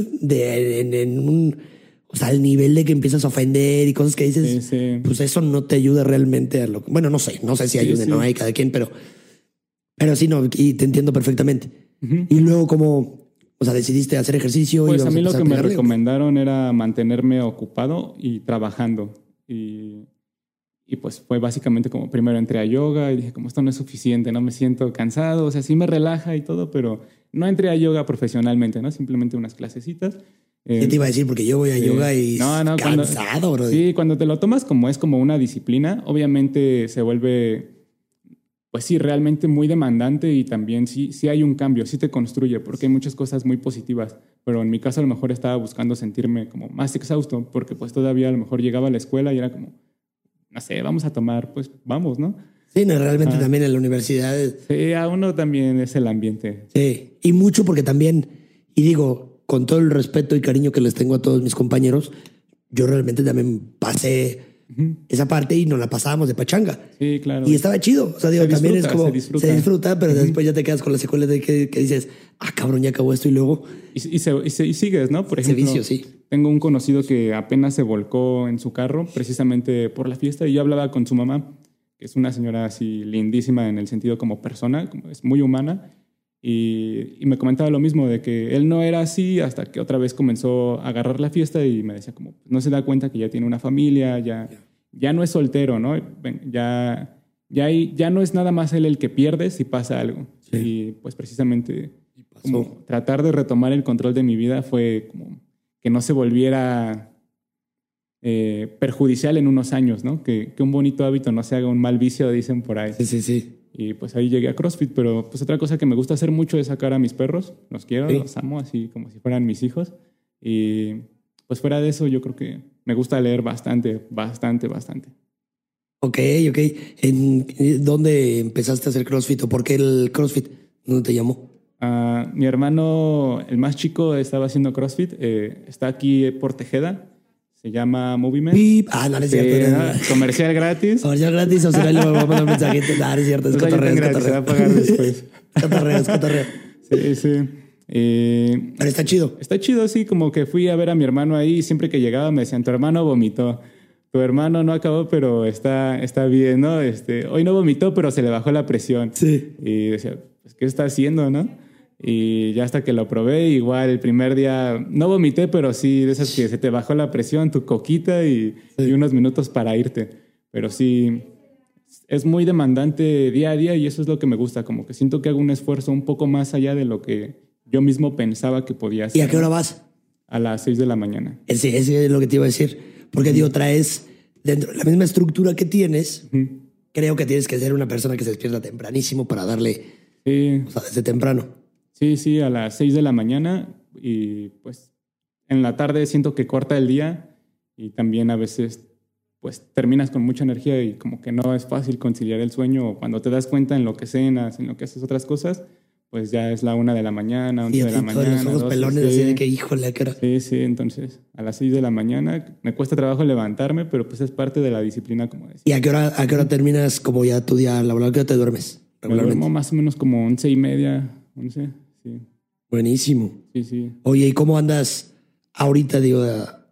o sea, al nivel de que empiezas a ofender y cosas que dices, pues eso no te ayuda realmente a lo... Bueno, no sé si ayude, no hay cada quien, pero sí, no, y te entiendo perfectamente. Y luego como O sea, decidiste hacer ejercicio. Pues y a mí lo que me pegarle, recomendaron era mantenerme ocupado y trabajando. Y pues fue básicamente como primero entré a yoga y dije, como esto no es suficiente, no me siento cansado, o sea, sí me relaja y todo, pero no entré a yoga profesionalmente, ¿no? Simplemente unas clasecitas. ¿Qué te iba a decir? Porque yo voy a yoga y cansado, bro. Sí, cuando te lo tomas como es como una disciplina, obviamente se vuelve, pues sí, realmente muy demandante y también sí hay un cambio, sí te construye, porque hay muchas cosas muy positivas. Pero en mi caso a lo mejor estaba buscando sentirme como más exhausto, porque pues todavía a lo mejor llegaba a la escuela y era como, no sé, vamos a tomar, pues vamos, ¿no? Sí, no, realmente también en la universidad. Sí, a uno también es el ambiente. Sí, y mucho porque también, y digo, con todo el respeto y cariño que les tengo a todos mis compañeros, yo realmente también pasé esa parte y nos la pasábamos de pachanga. Sí, claro. Y estaba chido. O sea, digo, también es como, se disfruta, pero después ya te quedas con las secuelas de que dices, cabrón, ya acabó esto y luego... Y sigues, ¿no? Por ejemplo, vicio, sí. Tengo un conocido que apenas se volcó en su carro precisamente por la fiesta y yo hablaba con su mamá, que es una señora así lindísima en el sentido como persona, como es muy humana, y me comentaba lo mismo, de que él no era así hasta que otra vez comenzó a agarrar la fiesta y me decía como, no se da cuenta que ya tiene una familia, ya no es soltero, ¿no? Ya no es nada más él el que pierde si pasa algo. Sí. Y pues precisamente como tratar de retomar el control de mi vida fue como que no se volviera perjudicial en unos años, ¿no? Que un bonito hábito no se haga un mal vicio, dicen por ahí. Sí. Y pues ahí llegué a CrossFit, pero pues otra cosa que me gusta hacer mucho es sacar a mis perros. Los quiero, los amo, así como si fueran mis hijos. Y pues fuera de eso yo creo que me gusta leer bastante. Ok. ¿En dónde empezaste a hacer CrossFit o por qué el CrossFit? ¿Dónde te llamó? Mi hermano, el más chico, estaba haciendo CrossFit. Está aquí por Tejeda. Se llama Movement. No es cierto. Comercial gratis. Comercial gratis, o sea, le voy a mandar un mensajito. No es cierto, es cotorreo. Se va a pagar después. cotorreo. Sí. Pero está chido. Está chido, sí. Como que fui a ver a mi hermano ahí y siempre que llegaba me decían, tu hermano vomitó. Tu hermano no acabó, pero está bien, ¿no? Hoy no vomitó, pero se le bajó la presión. Sí. Y decía, pues, ¿qué está haciendo, no? Y ya hasta que lo probé, igual el primer día no vomité, pero sí de esas que se te bajó la presión, tu coquita y unos minutos para irte. Pero sí, es muy demandante día a día y eso es lo que me gusta, como que siento que hago un esfuerzo un poco más allá de lo que yo mismo pensaba que podía hacer. ¿Y a qué hora vas? A las 6 de la mañana. Sí, es lo que te iba a decir. Porque, digo, traes dentro de la misma estructura que tienes, creo que tienes que ser una persona que se despierta tempranísimo para darle, o sea, desde temprano. Sí, a las 6 de la mañana y pues en la tarde siento que corta el día y también a veces pues terminas con mucha energía y como que no es fácil conciliar el sueño o cuando te das cuenta en lo que cenas, en lo que haces otras cosas, pues ya es la 1 de la mañana, 11 de la mañana. Los ojos pelones así de que híjole, ¿a qué hora? Sí, entonces a las 6 de la mañana me cuesta trabajo levantarme, pero pues es parte de la disciplina, como decía. ¿Y a qué hora terminas como ya tu día laboral? ¿A qué hora te duermes? Me duermo más o menos como 11:30, 11. Sí. Buenísimo. Sí. Oye, ¿y cómo andas ahorita, digo,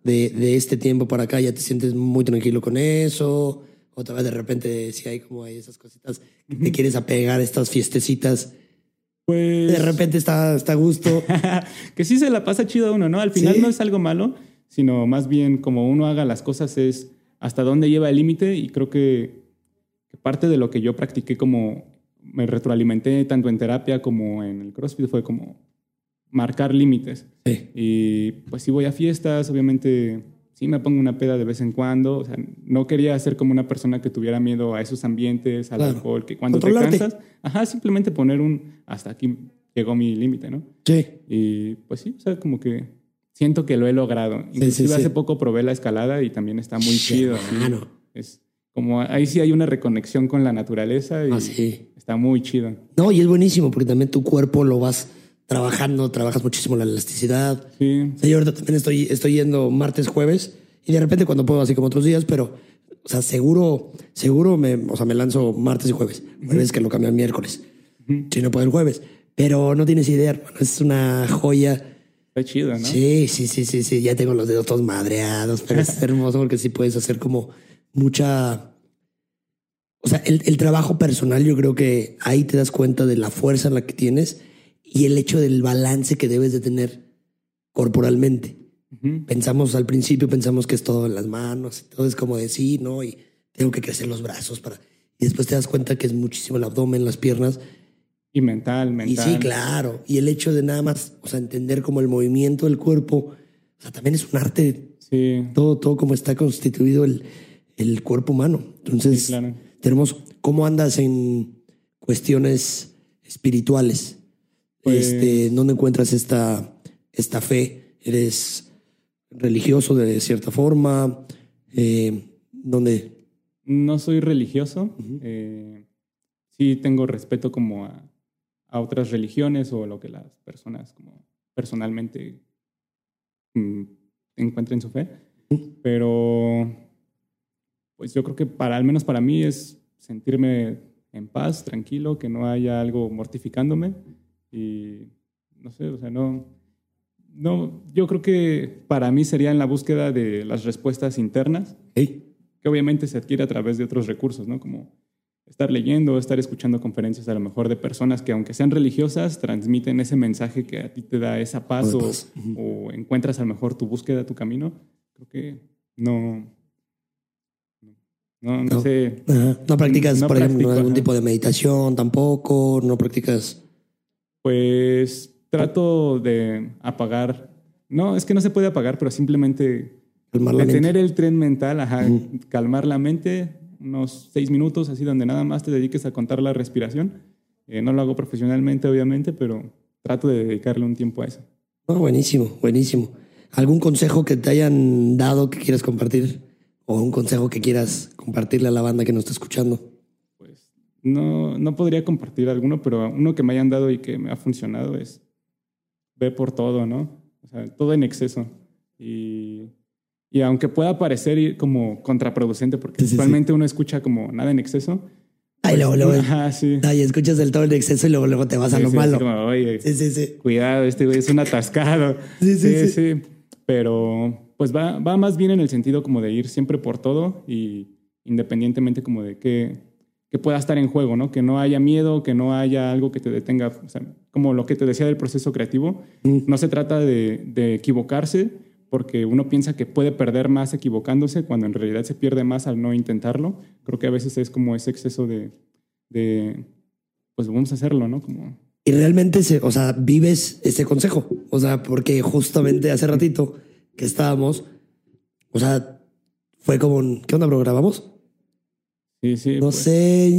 de este tiempo para acá? ¿Ya te sientes muy tranquilo con eso? Otra vez de repente si hay como esas cositas que te quieres apegar a estas fiestecitas. Pues... De repente está a gusto. Que sí se la pasa chido uno, ¿no? Al final no es algo malo, sino más bien como uno haga las cosas es hasta dónde lleva el límite y creo que parte de lo que yo practiqué como me retroalimenté tanto en terapia como en el CrossFit fue como marcar límites. Sí. Y pues si voy a fiestas, obviamente sí me pongo una peda de vez en cuando. O sea, no quería ser como una persona que tuviera miedo a esos ambientes, al alcohol, que cuando te cansas, simplemente poner hasta aquí llegó mi límite, ¿no? Sí. Y pues sí, o sea, como que siento que lo he logrado. Inclusive hace poco probé la escalada y también está muy chido. Es como ahí sí hay una reconexión con la naturaleza y está muy chido. No, y es buenísimo porque también tu cuerpo lo vas trabajando, trabajas muchísimo la elasticidad. Sí. O sea, yo ahorita también estoy yendo martes, jueves y de repente cuando puedo así como otros días, pero o sea, seguro me lanzo martes y jueves. Jueves que lo cambian miércoles. Si no puedo el jueves. Pero no tienes idea, hermano. Es una joya. Está chido, ¿no? Sí. Ya tengo los dedos todos madreados, pero es hermoso porque sí puedes hacer como mucha... O sea, el trabajo personal, yo creo que ahí te das cuenta de la fuerza en la que tienes y el hecho del balance que debes de tener corporalmente. Pensamos al principio, pensamos que es todo en las manos, todo es como de sí, ¿no? Y tengo que crecer los brazos para... Y después te das cuenta que es muchísimo el abdomen, las piernas. Y mental. Y sí, claro. Y el hecho de nada más, o sea, entender como el movimiento del cuerpo, o sea, también es un arte. Sí. Todo como está constituido el cuerpo humano. Entonces, sí, claro. tenemos... ¿Cómo andas en cuestiones espirituales? Pues, ¿Dónde encuentras esta fe? ¿Eres religioso de cierta forma? ¿Dónde? no soy religioso. Sí tengo respeto como a otras religiones o lo que las personas como personalmente encuentren su fe. Pero pues yo creo que al menos para mí es sentirme en paz, tranquilo, que no haya algo mortificándome y no sé, o sea, no, yo creo que para mí sería en la búsqueda de las respuestas internas, que obviamente se adquiere a través de otros recursos, ¿no? Como estar leyendo, estar escuchando conferencias a lo mejor de personas que aunque sean religiosas, transmiten ese mensaje que a ti te da esa paz o encuentras a lo mejor tu búsqueda, tu camino. Creo que no sé. No practicas, por ejemplo, algún ajá. tipo de meditación tampoco, no practicas. Pues trato de apagar. No, es que no se puede apagar, pero simplemente detener el tren mental, calmar la mente, unos 6 minutos, así donde nada más te dediques a contar la respiración. No lo hago profesionalmente, obviamente, pero trato de dedicarle un tiempo a eso. Buenísimo, buenísimo. ¿Algún consejo que te hayan dado que quieras compartir? ¿O un consejo que quieras compartirle a la banda que nos está escuchando? Pues no podría compartir alguno, pero uno que me hayan dado y que me ha funcionado es ve por todo, ¿no? O sea, todo en exceso. Y aunque pueda parecer como contraproducente, porque usualmente uno escucha como nada en exceso. Ay, pues, luego. Sí. Ay, escuchas el todo en exceso y luego te vas a lo malo. Como, oye, sí. Cuidado, este güey es un atascado. Sí. Pero pues va más bien en el sentido como de ir siempre por todo y independientemente como de que pueda estar en juego, ¿no? Que no haya miedo, que no haya algo que te detenga. O sea, como lo que te decía del proceso creativo, no se trata de equivocarse, porque uno piensa que puede perder más equivocándose cuando en realidad se pierde más al no intentarlo. Creo que a veces es como ese exceso de pues vamos a hacerlo, ¿no? Como... Y realmente, o sea, vives ese consejo. O sea, porque justamente hace ratito que estábamos, o sea, fue como, ¿qué onda, bro? ¿Grabamos? Sí. No pues, sé.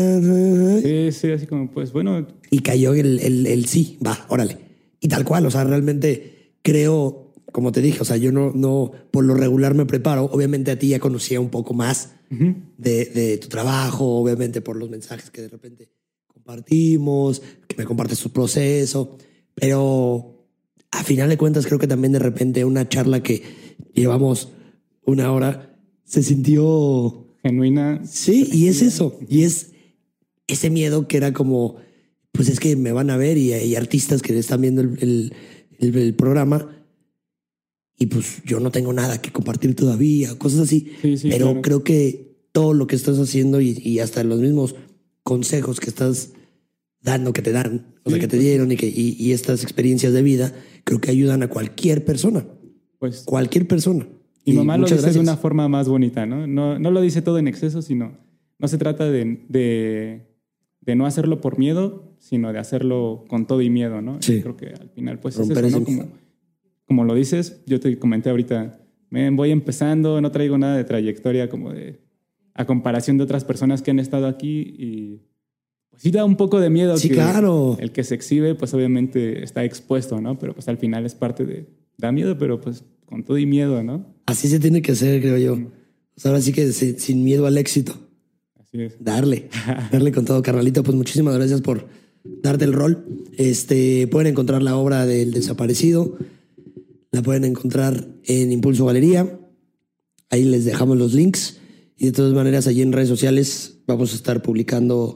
Sí, así como, pues bueno. Y cayó el sí, va, órale. Y tal cual, o sea, realmente creo, como te dije, o sea, yo no por lo regular me preparo. Obviamente a ti ya conocía un poco más de tu trabajo, obviamente por los mensajes que de repente compartimos, que me compartes tu proceso, pero a final de cuentas creo que también de repente una charla que llevamos 1 hora se sintió genuina. Sí, y es eso, y es ese miedo que era como, pues es que me van a ver y hay artistas que están viendo el programa y pues yo no tengo nada que compartir todavía, cosas así, pero claro. Creo que todo lo que estás haciendo y hasta los mismos consejos que estás dando, que te dan, o sea, que te dieron y estas experiencias de vida, creo que ayudan a cualquier persona. Pues cualquier persona. Mi mamá lo dice de una forma más bonita, ¿no? No lo dice todo en exceso, sino no se trata de no hacerlo por miedo, sino de hacerlo con todo y miedo, ¿no? Sí. Creo que al final pues es eso, ¿no? Como lo dices, yo te comenté ahorita, voy empezando, no traigo nada de trayectoria como a comparación de otras personas que han estado aquí y pues sí da un poco de miedo. Sí, que claro. El que se exhibe pues obviamente está expuesto, ¿no? Pero pues al final es parte da miedo, pero pues con todo y miedo, ¿no? Así se tiene que hacer, creo yo. Pues ahora sí que sin miedo al éxito. Así es. Darle con todo, carnalito. Pues muchísimas gracias por darte el rol. Pueden encontrar la obra del Desaparecido. La pueden encontrar en Impulso Galería. Ahí les dejamos los links. Y de todas maneras, allí en redes sociales vamos a estar publicando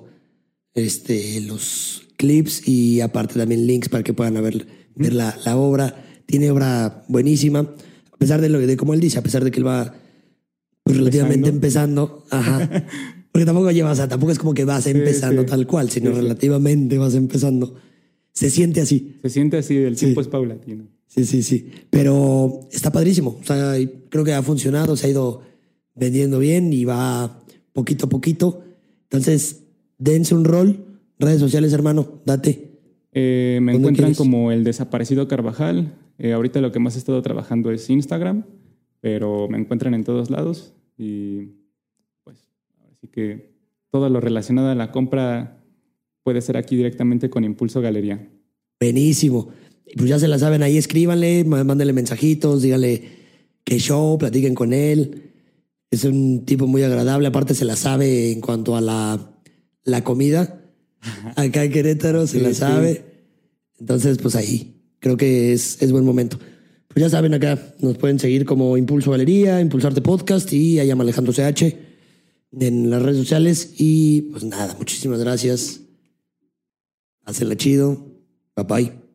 los clips y aparte también links para que puedan ver la obra. Tiene obra buenísima. A pesar de como él dice, a pesar de que él va pues, relativamente empezando. Ajá. Porque tampoco es como que vas empezando tal cual, sino relativamente vas empezando. se siente así. Se siente así, el tiempo Sí. es paulatino. Sí. Pero está padrísimo. O sea, creo que ha funcionado, se ha ido vendiendo bien y va poquito a poquito. Entonces, dense un rol. Redes sociales, hermano, date. Me ¿Dónde encuentran quieres? como el desaparecido Carvajal. Ahorita lo que más he estado trabajando es Instagram, pero me encuentran en todos lados y pues así que todo lo relacionado a la compra puede ser aquí directamente con Impulso Galería. Buenísimo. Y pues ya se la saben ahí, escríbanle, mándenle mensajitos, díganle qué show, platiquen con él. Es un tipo muy agradable, aparte se la sabe en cuanto a la comida. Acá en Querétaro se Sí, la sí. sabe. Entonces, pues ahí, creo que es buen momento. Pues ya saben, acá nos pueden seguir como Impulso Galería, Impulsarte Podcast y I am Alejandro CH en las redes sociales. Y pues nada, muchísimas gracias. Hácenla chido. Bye bye.